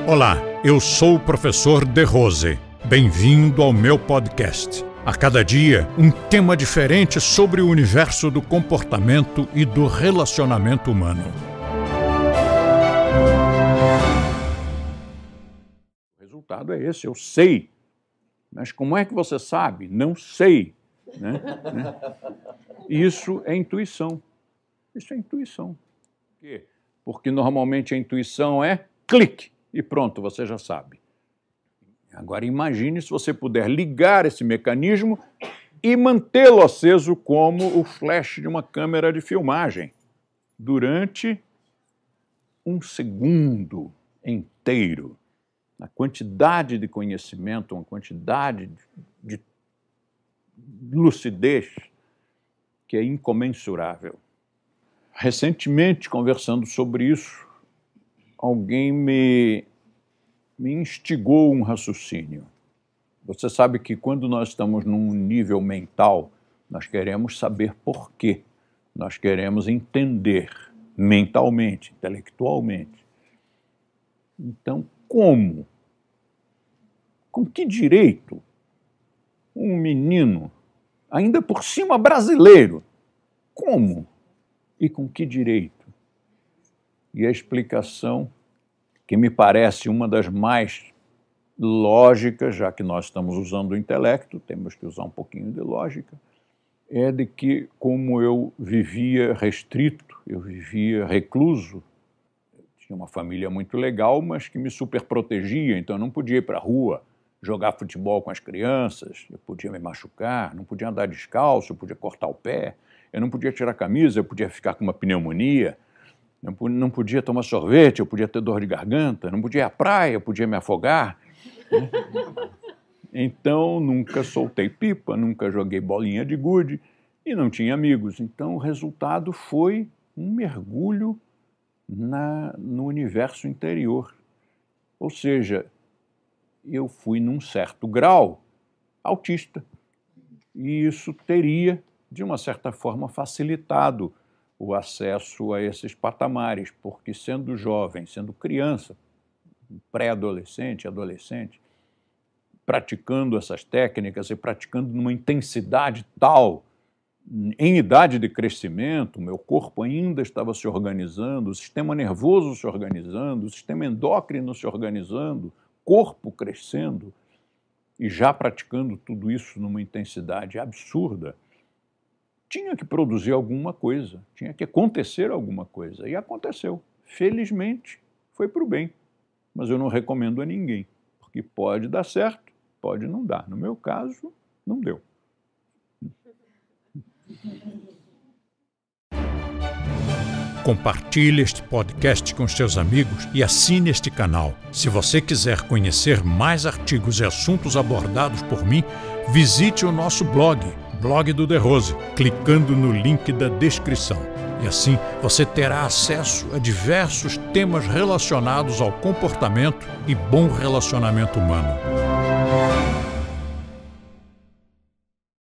Olá, eu sou o professor De Rose. Bem-vindo ao meu podcast. A cada dia, um tema diferente sobre o universo do comportamento e do relacionamento humano. O resultado é esse, eu sei. Mas como é que você sabe? Não sei. Né? Isso é intuição. Isso é intuição. Por quê? Porque normalmente a intuição é clique e pronto, você já sabe. Agora imagine se você puder ligar esse mecanismo e mantê-lo aceso como o flash de uma câmera de filmagem durante um segundo inteiro. A quantidade de conhecimento, uma quantidade de lucidez que é incomensurável. Recentemente, conversando sobre isso, alguém me instigou um raciocínio. Você sabe que quando nós estamos num nível mental, nós queremos saber por quê. Nós queremos entender mentalmente, intelectualmente. Então, como? Com que direito um menino, ainda por cima brasileiro, como? E com que direito? E a explicação, que me parece uma das mais lógicas, já que nós estamos usando o intelecto, temos que usar um pouquinho de lógica, é de que, como eu vivia restrito, eu vivia recluso, tinha uma família muito legal, mas que me superprotegia, então eu não podia ir para a rua jogar futebol com as crianças, eu podia me machucar, não podia andar descalço, eu podia cortar o pé, eu não podia tirar a camisa, eu podia ficar com uma pneumonia, não podia tomar sorvete, eu podia ter dor de garganta, não podia ir à praia, eu podia me afogar. Né? Então, nunca soltei pipa, nunca joguei bolinha de gude e não tinha amigos. Então, o resultado foi um mergulho no universo interior. Ou seja, eu fui, num certo grau, autista. E isso teria, de uma certa forma, facilitado o acesso a esses patamares, porque sendo jovem, sendo criança, pré-adolescente, adolescente, praticando essas técnicas e praticando numa intensidade tal, em idade de crescimento, meu corpo ainda estava se organizando, o sistema nervoso se organizando, o sistema endócrino se organizando, corpo crescendo, e já praticando tudo isso numa intensidade absurda, tinha que produzir alguma coisa, tinha que acontecer alguma coisa. E aconteceu. Felizmente, foi para o bem. Mas eu não recomendo a ninguém, porque pode dar certo, pode não dar. No meu caso, não deu. Compartilhe este podcast com seus amigos e assine este canal. Se você quiser conhecer mais artigos e assuntos abordados por mim, visite o nosso blog do De Rose, clicando no link da descrição. E assim você terá acesso a diversos temas relacionados ao comportamento e bom relacionamento humano.